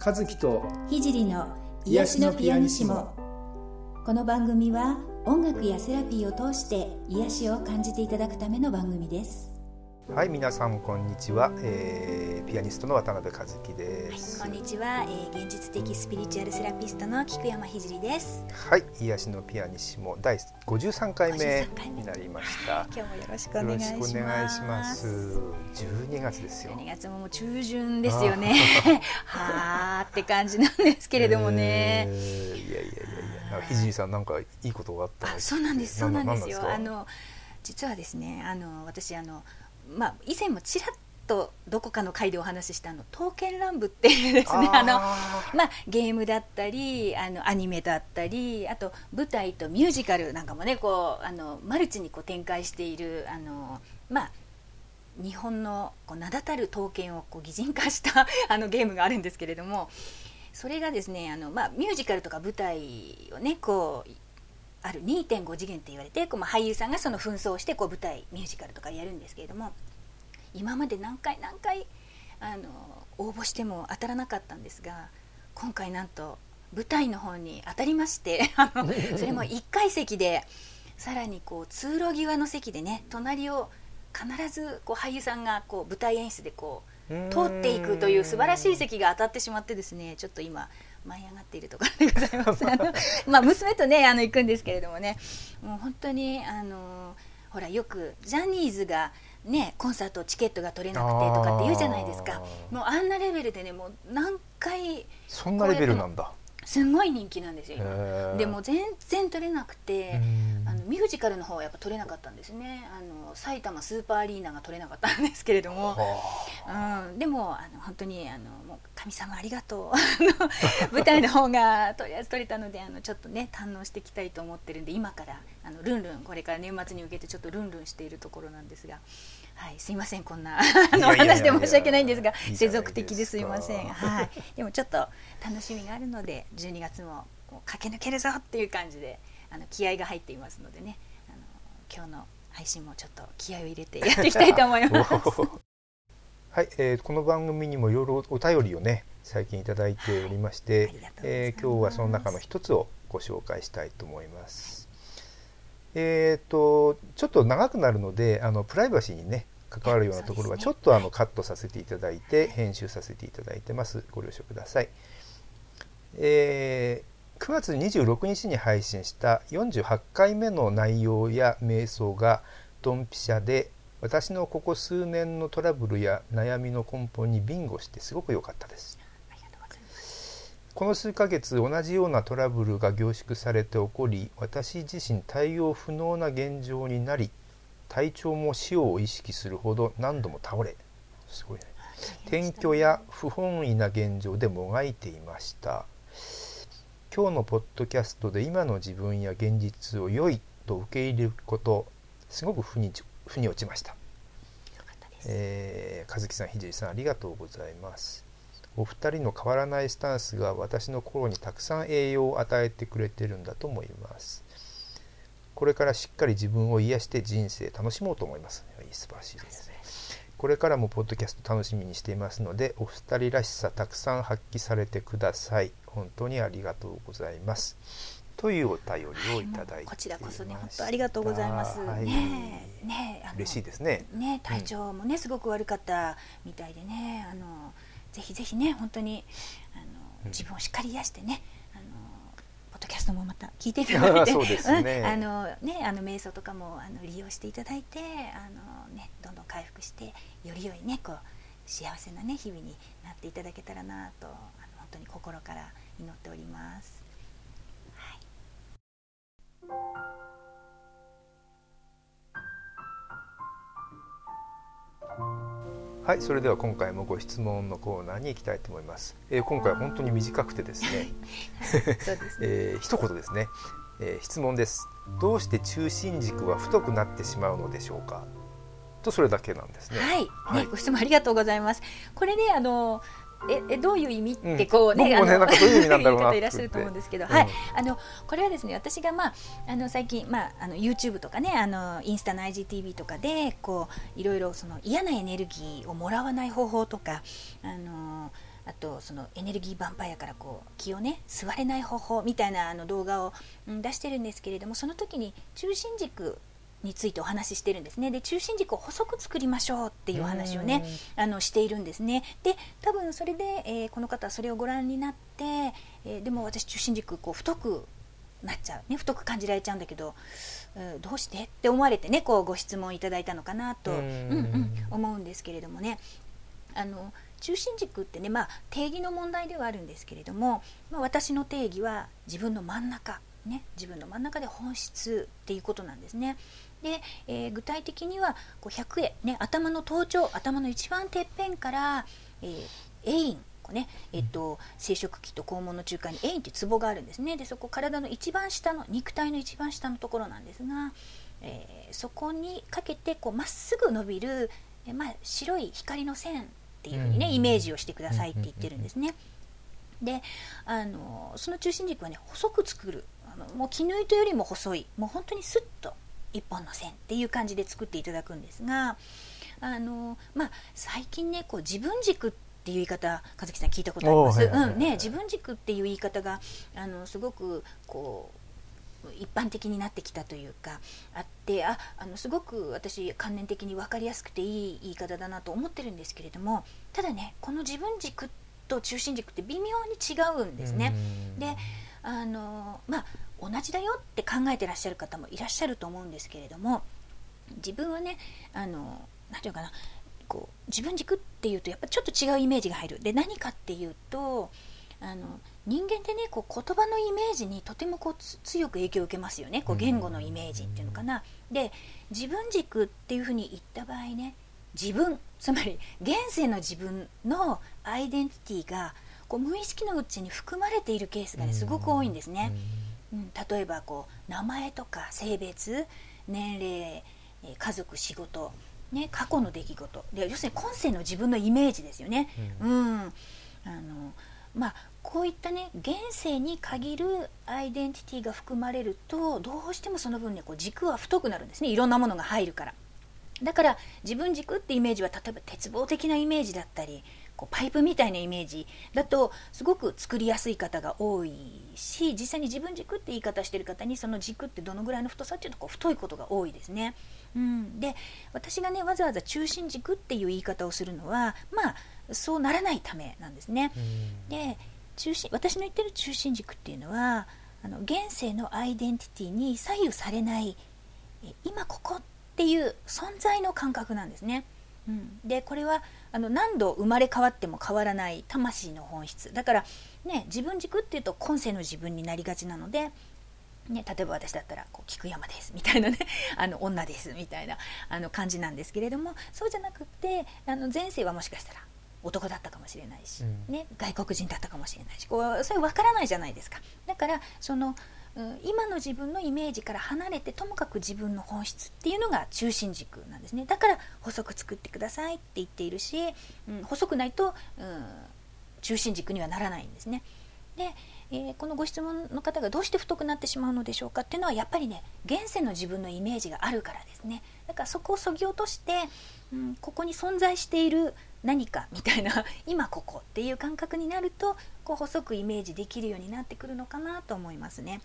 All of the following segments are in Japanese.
和樹と聖の癒しのピアニシモ。この番組は音楽やセラピーを通して癒しを感じていただくための番組です。 はい、皆さんこんにちは、ピアニストの渡辺和樹です。 はい、こんにちは、現実的スピリチュアルセラピストの菊山聖です。 はい、癒しのピアニシモ第53回目になりました。 今日もよろしくお願いします。 よろしくお願いします。12月ですよ。 12月ももう中旬ですよね。はーって感じなんですけれどもね。 いや聖さんなんかいいことがあったんですか？ そうなんですよ。実はですね、私以前もちらっとどこかの回でお話しした刀剣乱舞っていうですね、ゲームだったりアニメだったり、あと舞台とミュージカルなんかもね、マルチに展開している日本の名だたる刀剣を擬人化したゲームがあるんですけれども、それがですねミュージカルとか舞台をねある 2.5 次元って言われて、俳優さんがその紛争をして舞台ミュージカルとかやるんですけれども、今まで何回応募しても当たらなかったんですが、今回なんと舞台の方に当たりましてそれも1階席で、さらに通路際の席でね、隣を必ず俳優さんが舞台演出で通っていくという素晴らしい席が当たってしまってですね、ちょっと今舞い上がっているところでございます娘とね行くんですけれどもね、もう本当にほらよくジャニーズがねコンサートチケットが取れなくてとかって言うじゃないですか。もうあんなレベルでね、もう何回そんなレベルなんだ。 すごい人気なんですよ今。でも全然取れなくて、ミュージカルの方はやっぱ取れなかったんですね。埼玉スーパーアリーナが取れなかったんですけれども、でも本当にもう神様ありがとう舞台の方がとりあえず取れたのでちょっとね堪能していきたいと思ってるんで、今からルンルン、これから年末に向けてちょっとルンルンしているところなんですが、はい、すいません、こんなお話で申し訳ないんですが、世俗的ですいません。はい、でもちょっと楽しみがあるので、12月も駆け抜けるぞっていう感じで気合が入っていますのでね、今日の配信もちょっと気合を入れてやっていきたいと思いますはい、この番組にもいろいろお便りをね最近いただいておりまして、今日はその中の一つをご紹介したいと思います。ちょっと長くなるのでプライバシーにね関わるようなところはちょっとカットさせていただいて編集させていただいてます。ご了承ください。9月26日に配信した48回目の内容や瞑想がドンピシャで、私のここ数年のトラブルや悩みの根本にビンゴしてすごく良かったです。この数ヶ月同じようなトラブルが凝縮されて起こり、私自身対応不能な現状になり、体調も死を意識するほど何度も倒れ、すごいね、転居や不本意な現状でもがいていました。今日のポッドキャストで今の自分や現実を良いと受け入れること、すごく腑に落ちました。和樹さん、聖さん、ありがとうございます。お二人の変わらないスタンスが私の心にたくさん栄養を与えてくれてるんだと思います。これからしっかり自分を癒して人生楽しもうと思います。素晴らしいですね。これからもポッドキャスト楽しみにしていますので、お二人らしさたくさん発揮されてください。本当にありがとうございます。というお便りをいただいていました。 こちらこそね、本当ありがとうございます。 嬉しいですね。 体調もね、すごく悪かったみたいでね、ぜひぜひね、本当に自分をしっかり癒してね、ポッドキャストもまた聞いていただいて、 そうですね。 瞑想とかも利用していただいて、どんどん回復してより良いね幸せなね日々になっていただけたらなと本当に心から祈っております。 はい、それでは今回もご質問のコーナーに行きたいと思います。今回は本当に短くてですねそうですね。 一言ですね、質問です。どうして中心軸は太くなってしまうのでしょうか、とそれだけなんですね。 はい、ご質問ありがとうございます。これねどういう意味って僕もねなんかどういう意味なんだろうなっていらっしゃると思うんですけど、これはですね、私が最近YouTube とかねインスタの IGTV とかでいろいろその嫌なエネルギーをもらわない方法とかあとそのエネルギーヴァンパイアからこう気をね吸われない方法みたいな動画を出してるんですけれども、その時に中心軸についてお話ししてるんですね。で中心軸を細く作りましょうっていう話をねしているんですね。で多分それで、この方はそれをご覧になって、でも私中心軸こう太くなっちゃうね、太く感じられちゃうんだけど、どうしてって思われてねこうご質問いただいたのかなと、思うんですけれどもね、中心軸ってね、定義の問題ではあるんですけれども、私の定義は自分の真ん中、ね、自分の真ん中で本質っていうことなんですね。で、具体的にはこう100会、ね、頭の頭頂、頭の一番てっぺんから、栄陰こうね生殖器と肛門の中間に栄陰というツボがあるんですね。でそこ体の一番下の肉体の一番下のところなんですが、そこにかけてまっすぐ伸びる、白い光の線っていうふうにねイメージをしてくださいって言ってるんですね。でその中心軸はね細く作る、もう絹糸よりも細い、もう本当にスッと一本の線っていう感じで作っていただくんですが、最近ね自分軸っていう言い方、和樹さん聞いたことあります？自分軸っていう言い方がすごく一般的になってきたというかあって、すごく私観念的に分かりやすくていい言い方だなと思ってるんですけれども、ただねこの自分軸と中心軸って微妙に違うんですね。で同じだよって考えてらっしゃる方もいらっしゃると思うんですけれども、自分はねなんていうかな、自分軸っていうとやっぱちょっと違うイメージが入る。で何かっていうと人間ってね言葉のイメージにとても強く影響を受けますよね。言語のイメージっていうのかな。で自分軸っていうふうに言った場合ね、自分、つまり現世の自分のアイデンティティが無意識のうちに含まれているケースがねすごく多いんですね。例えば名前とか性別、年齢、家族、仕事、ね、過去の出来事で、要するに今世の自分のイメージですよね。こういったね現世に限るアイデンティティが含まれると、どうしてもその分ね軸は太くなるんですね。いろんなものが入るから。だから自分軸ってイメージは例えば鉄棒的なイメージだったりパイプみたいなイメージだとすごく作りやすい方が多いし、実際に自分軸って言い方してる方にその軸ってどのぐらいの太さっていうと太いことが多いですね。で私がねわざわざ中心軸っていう言い方をするのはそうならないためなんですね。で私の言ってる中心軸っていうのは現世のアイデンティティに左右されない今ここっていう存在の感覚なんですね。でこれは何度生まれ変わっても変わらない魂の本質だからね、自分軸っていうと今世の自分になりがちなので、例えば私だったら菊山ですみたいなね女ですみたいな感じなんですけれども、そうじゃなくって前世はもしかしたら男だったかもしれないし、外国人だったかもしれないし、それ分からないじゃないですか。だから今の自分のイメージから離れてともかく自分の本質っていうのが中心軸なんですね。だから細く作ってくださいって言っているし、細くないと、中心軸にはならないんですね。で、このご質問の方がどうして太くなってしまうのでしょうかっていうのはやっぱりね現世の自分のイメージがあるからですね。だからそこをそぎ落として、ここに存在している何かみたいな今ここっていう感覚になると細くイメージできるようになってくるのかなと思いますね。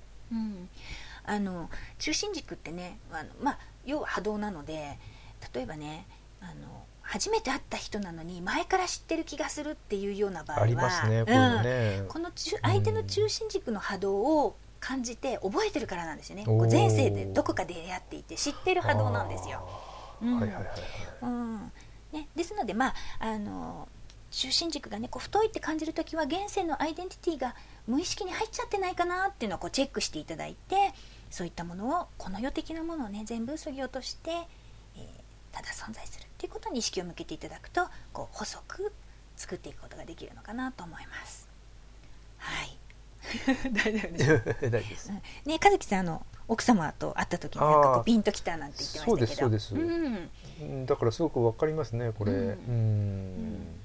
中心軸ってね要は波動なので、例えばね初めて会った人なのに前から知ってる気がするっていうような場合はありますね、 この相手の中心軸の波動を感じて覚えてるからなんですよね。前世でどこかで出会っていて知ってる波動なんですよ。ですので中心軸がね太いって感じるときは現世のアイデンティティが無意識に入っちゃってないかなっていうのをチェックしていただいて、そういったものをこの世的なものをね全部削ぎ落として、ただ存在するっていうことに意識を向けていただくと細く作っていくことができるのかなと思います。はい大丈夫です大丈夫です、 ね、和樹さん奥様と会った時になんかピンときたなんて言ってましたけど、 そうです、だからすごくわかりますねこれ。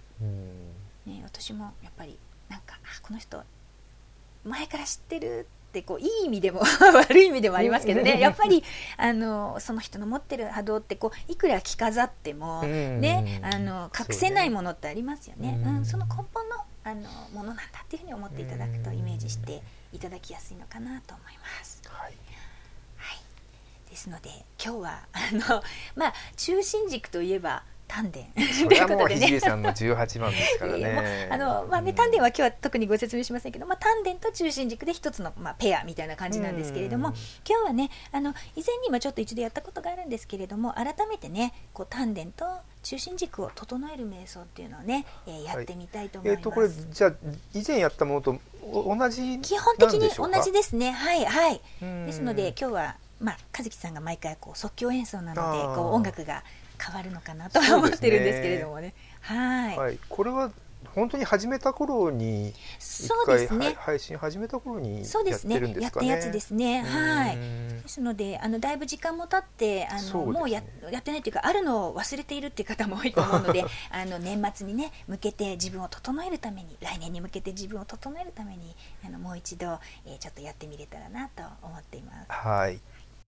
私もやっぱりなんかこの人前から知ってるってこういい意味でも悪い意味でもありますけどね、やっぱりその人の持ってる波動ってこういくら着飾っても、ね、隠せないものってありますよね。その根本のものなんだっていうふうに思っていただくとイメージしていただきやすいのかなと思います。はい、はい、ですので今日は中心軸といえば丹田それはもうひじりさんの18番ですからね。 丹田は今日は特にご説明しませんけど、丹田と中心軸で一つの、ペアみたいな感じなんですけれども、今日はね以前にもちょっと一度やったことがあるんですけれども、改めてねこう丹田と中心軸を整える瞑想っていうのをね、やってみたいと思います。 これじゃあ以前やったものと同じ基本的に同じですね。はいはい。ですので今日は和樹さんが毎回こう即興演奏なのでこう音楽が変わるのかなとは思ってるんですけれどもね。はい。 これは本当に始めた頃に一回配信始めた頃にやってるんですかね。 やったやつですね。はい。ですのでだいぶ時間も経ってもうやってないというかあるのを忘れているっていう方も多いと思うので年末にね向けて自分を整えるために、来年に向けて自分を整えるためにもう一度ちょっとやってみれたらなと思っています。 はい。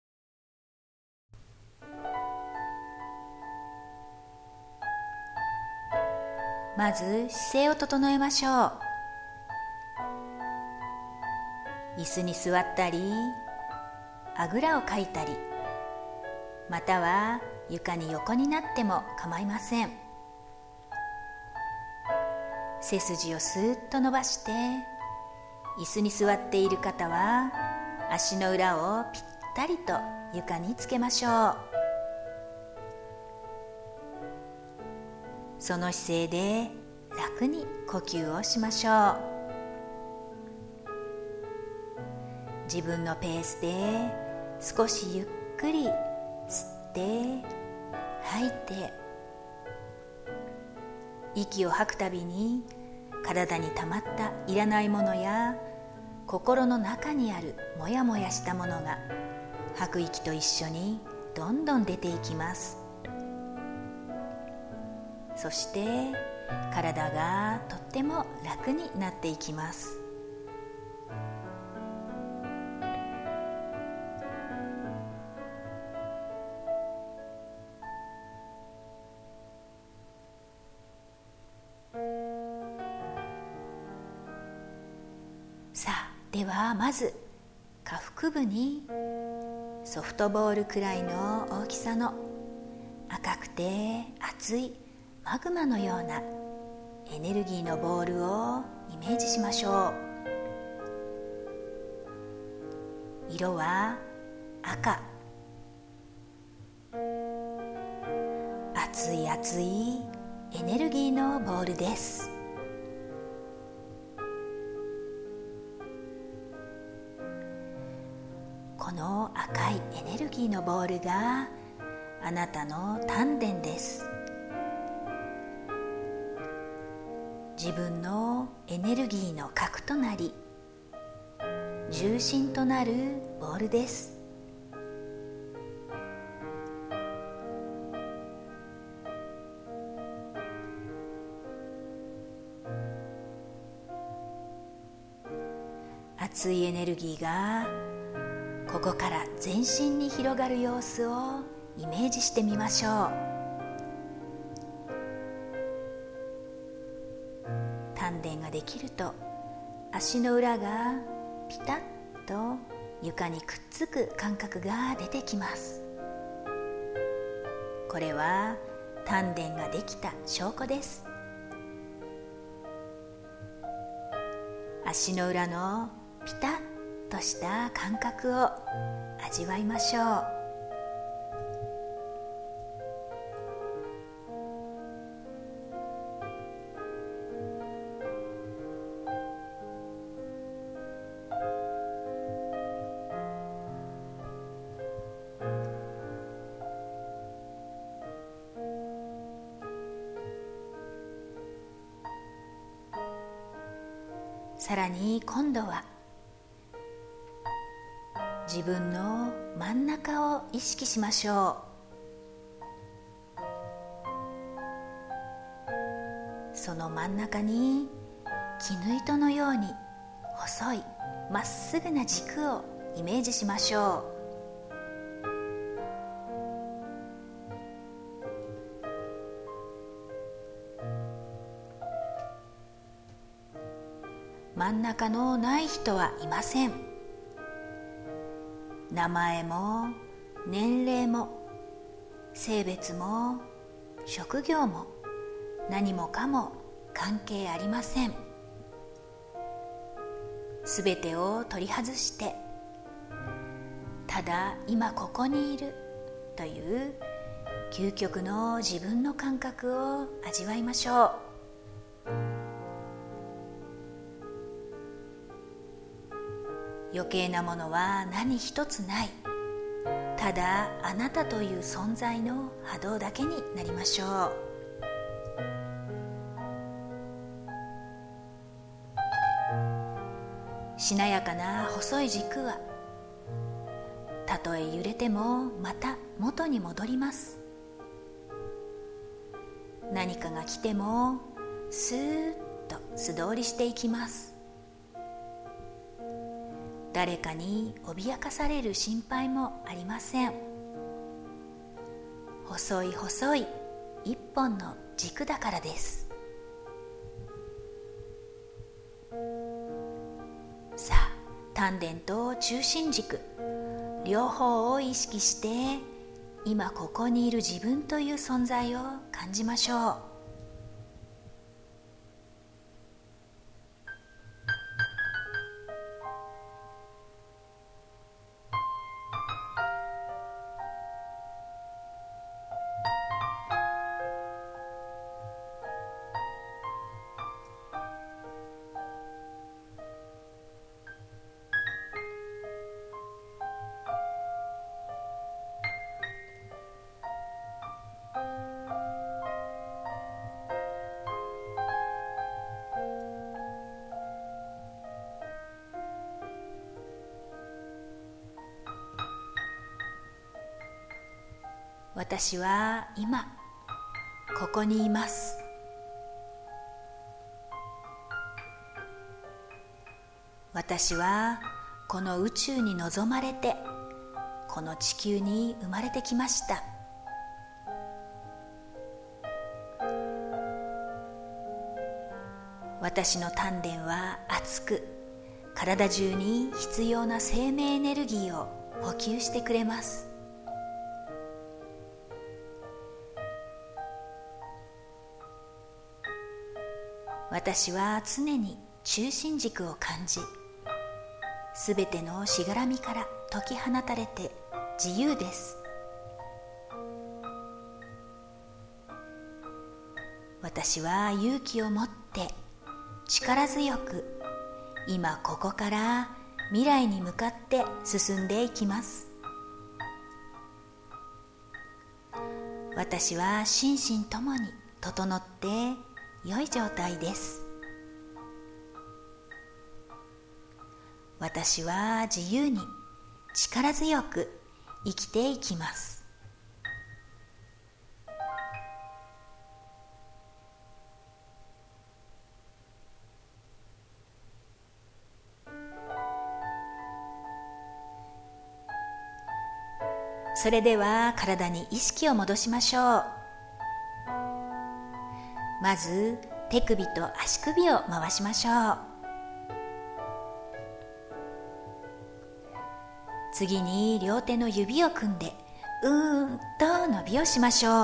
まず姿勢を整えましょう。椅子に座ったり、あぐらをかいたり、または床に横になっても構いません。背筋をスーッと伸ばして、椅子に座っている方は足の裏をぴったりと床につけましょう。その姿勢で楽に呼吸をしましょう。自分のペースで少しゆっくり吸って吐いて、息を吐くたびに体に溜まったいらないものや心の中にあるモヤモヤしたものが吐く息と一緒にどんどん出ていきます。そして体がとっても楽になっていきます。さあ、ではまず下腹部にソフトボールくらいの大きさの赤くて熱いマグマのようなエネルギーのボールをイメージしましょう。色は赤。熱い熱いエネルギーのボールです。この赤いエネルギーのボールがあなたの丹田です。自分のエネルギーの核となり、重心となるボールです。熱いエネルギーがここから全身に広がる様子をイメージしてみましょう。丹田ができると足の裏がピタッと床にくっつく感覚が出てきます。これは丹田ができた証拠です。足の裏のピタッとした感覚を味わいましょう。さらに今度は自分の真ん中を意識しましょう。その真ん中に絹糸のように細いまっすぐな軸をイメージしましょう。真ん中のない人はいません。名前も年齢も性別も職業も何もかも関係ありません。すべてを取り外して、ただ今ここにいるという究極の自分の感覚を味わいましょう。余計なものは何一つない。ただあなたという存在の波動だけになりましょう。しなやかな細い軸はたとえ揺れてもまた元に戻ります。何かが来てもスーッと素通りしていきます。誰かに脅かされる心配もありません。細い細い一本の軸だからです。さあ、丹田と中心軸両方を意識して今ここにいる自分という存在を感じましょう。私は今ここにいます。私はこの宇宙に望まれてこの地球に生まれてきました。私の丹田は熱く体中に必要な生命エネルギーを補給してくれます。私は常に中心軸を感じ、すべてのしがらみから解き放たれて自由です。私は勇気を持って力強く今ここから未来に向かって進んでいきます。私は心身ともに整って良い状態です。私は自由に力強く生きていきます。それでは体に意識を戻しましょう。まず手首と足首を回しましょう。次に両手の指を組んでうーんと伸びをしましょう。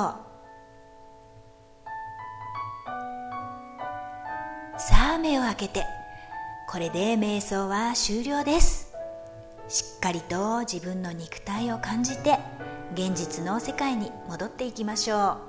さあ目を開けて、これで瞑想は終了です。しっかりと自分の肉体を感じて現実の世界に戻っていきましょう。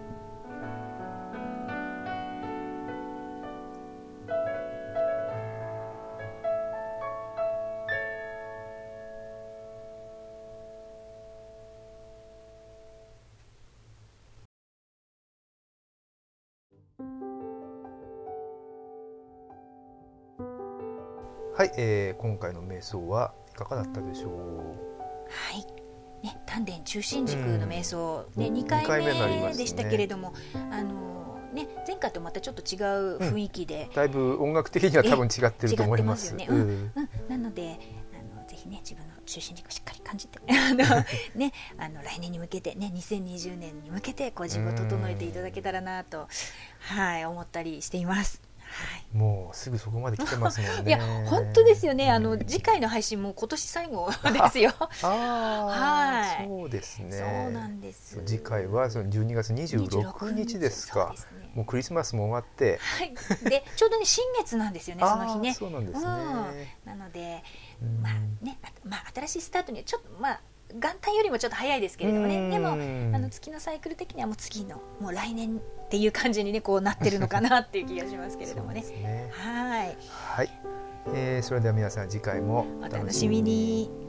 はい、今回の瞑想はいかがだったでしょう。 はいね、丹田中心軸の瞑想、2回 2回目になりますね目でしたけれども、 ね、前回とまたちょっと違う雰囲気で、 だいぶ音楽的には多分違ってると思います。 違ってますよね。なのでぜひね、自分の中心軸をしっかり感じてね、来年に向けてね、2020年に向けてこう自分を整えていただけたらなと、はい、思ったりしています。はい、 もうすぐそこまで来てますもんね。 いや本当ですよね。次回の配信も今年最後ですよ。 はい、そうですね。 そうなんです。 次回はその12月26日ですか。もうクリスマスも終わって、 はい、でちょうどね新月なんですよね、その日ね。 そうなんですね。 なので新しいスタートにはちょっと元旦よりもちょっと早いですけれどもね、でも月のサイクル的にはもう次のもう来年っていう感じにねこうなってるのかなっていう気がしますけれどもね。はい、 はい、それでは皆さん次回もお楽しみに。